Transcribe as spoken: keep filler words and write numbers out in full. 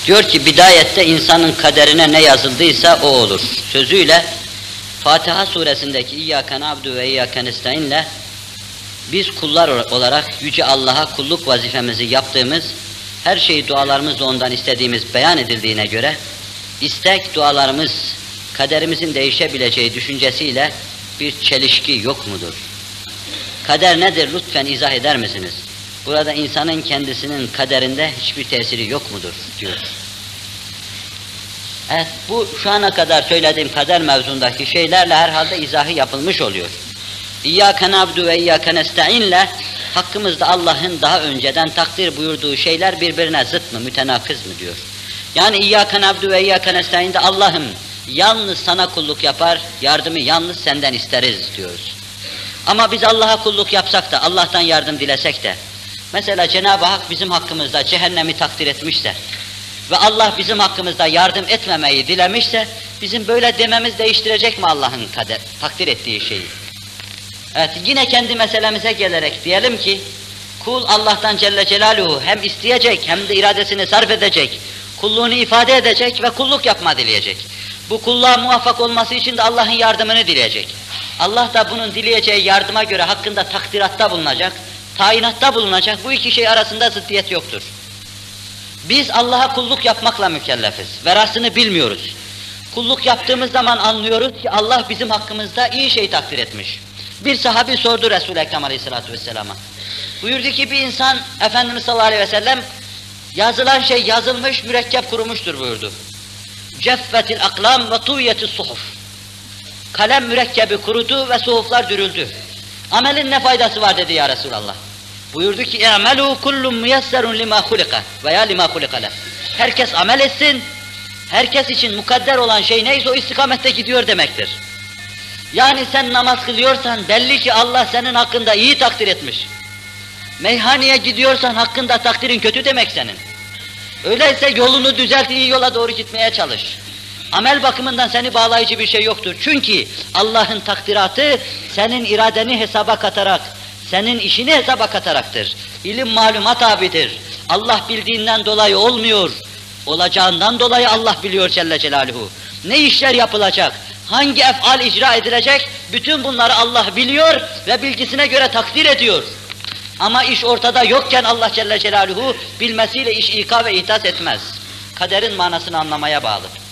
Diyor ki bidayette insanın kaderine ne yazıldıysa o olur. Sözüyle Fatiha suresindeki İyyâke na'budu ve İyyâke nestaîn'le biz kullar olarak Yüce Allah'a kulluk vazifemizi yaptığımız, her şeyi dualarımızla ondan istediğimiz beyan edildiğine göre, istek dualarımız kaderimizin değişebileceği düşüncesiyle bir çelişki yok mudur? Kader nedir? Lütfen izah eder misiniz? Burada insanın kendisinin kaderinde hiçbir tesiri yok mudur? Diyor. Evet, bu şu ana kadar söylediğim kader mevzundaki şeylerle herhalde izahı yapılmış oluyor. İyyâke na'budu ve İyyâke nestaîn'le hakkımızda Allah'ın daha önceden takdir buyurduğu şeyler birbirine zıt mı, mütenakız mı diyor. Yani İyyâke na'budu ve İyyâke nestaîn'de Allah'ım yalnız sana kulluk yapar, yardımı yalnız senden isteriz diyoruz. Ama biz Allah'a kulluk yapsak da, Allah'tan yardım dilesek de, mesela Cenab-ı Hak bizim hakkımızda cehennemi takdir etmişse ve Allah bizim hakkımızda yardım etmemeyi dilemişse, bizim böyle dememiz değiştirecek mi Allah'ın kader, takdir ettiği şeyi? Evet, yine kendi meselemize gelerek diyelim ki, kul Allah'tan Celle Celaluhu hem isteyecek hem de iradesini sarf edecek, kulluğunu ifade edecek ve kulluk yapma dileyecek. Bu kulluğa muvaffak olması için de Allah'ın yardımını dileyecek. Allah da bunun dileyeceği yardıma göre hakkında takdiratta bulunacak, tayinatta bulunacak. Bu iki şey arasında zıddiyet yoktur. Biz Allah'a kulluk yapmakla mükellefiz. Verasını bilmiyoruz. Kulluk yaptığımız zaman anlıyoruz ki Allah bizim hakkımızda iyi şey takdir etmiş. Bir sahabi sordu Resul-i Ekrem Aleyhisselatü Vesselam'a. Buyurdu ki bir insan, Efendimiz sallallahu aleyhi ve sellem, yazılan şey yazılmış, mürekkep kurumuştur buyurdu. Ceffetil aklam ve tuviyetis suhuf. Kalem mürekkebi kurudu ve suhuflar dürüldü. Amelin ne faydası var dedi ya Resulallah. Buyurdu ki اَعْمَلُوا كُلُّمْ مُيَسَّرٌ لِمَا خُلِقَ veya لِمَا خُلِقَ لَهُ. Herkes amel etsin, herkes için mukadder olan şey neyse o istikamette gidiyor demektir. Yani sen namaz kılıyorsan belli ki Allah senin hakkında iyi takdir etmiş. Meyhaneye gidiyorsan hakkında takdirin kötü demek senin. Öyleyse yolunu düzelt, iyi yola doğru gitmeye çalış. Amel bakımından seni bağlayıcı bir şey yoktur. Çünkü Allah'ın takdiratı senin iradeni hesaba katarak, senin işini hesaba kataraktır. İlim malumat tabidir. Allah bildiğinden dolayı olmuyor. Olacağından dolayı Allah biliyor Celle Celaluhu. Ne işler yapılacak, hangi ef'al icra edilecek, bütün bunları Allah biliyor ve bilgisine göre takdir ediyor. Ama iş ortada yokken Allah Celle Celaluhu bilmesiyle iş ika ve ihtas etmez. Kaderin manasını anlamaya bağlı.